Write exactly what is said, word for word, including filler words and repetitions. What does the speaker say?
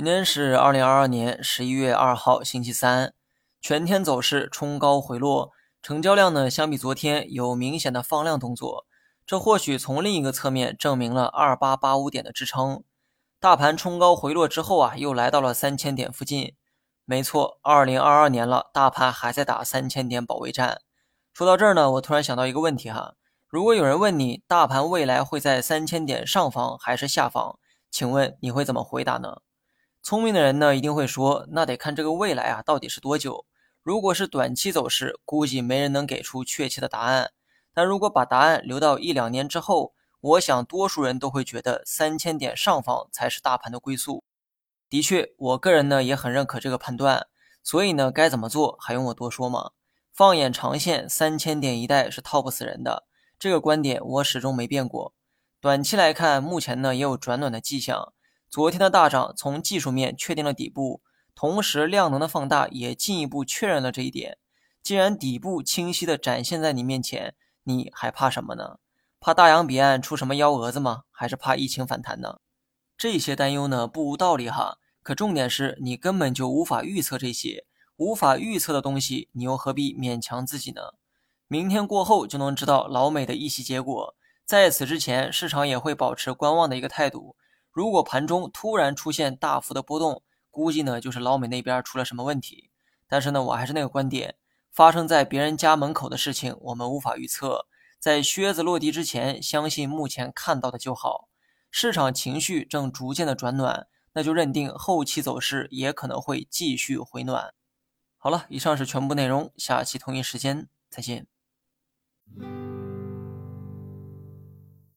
今天是二零二二年十一月二号，星期三，全天走势冲高回落，成交量呢相比昨天有明显的放量动作，这或许从另一个侧面证明了二八八五点的支撑。大盘冲高回落之后啊，又来到了三千点附近。没错，二零二二年了，大盘还在打三千点保卫战。说到这儿呢，我突然想到一个问题哈，如果有人问你大盘未来会在三千点上方还是下方，请问你会怎么回答呢？聪明的人呢，一定会说，那得看这个未来啊，到底是多久。如果是短期走势，估计没人能给出确切的答案。但如果把答案留到一两年之后，我想多数人都会觉得三千点上方才是大盘的归宿。的确，我个人呢也很认可这个判断。所以呢，该怎么做还用我多说吗？放眼长线，三千点一带是套不死人的，这个观点我始终没变过。短期来看，目前呢也有转暖的迹象。昨天的大涨从技术面确定了底部，同时量能的放大也进一步确认了这一点。既然底部清晰地展现在你面前，你还怕什么呢？怕大洋彼岸出什么幺蛾子吗？还是怕疫情反弹呢？这些担忧呢不无道理哈，可重点是你根本就无法预测这些，无法预测的东西，你又何必勉强自己呢？明天过后就能知道老美的议息结果，在此之前，市场也会保持观望的一个态度。如果盘中突然出现大幅的波动，估计呢就是老美那边出了什么问题。但是呢，我还是那个观点，发生在别人家门口的事情，我们无法预测。在靴子落地之前，相信目前看到的就好。市场情绪正逐渐的转暖，那就认定后期走势也可能会继续回暖。好了，以上是全部内容，下期同一时间再见。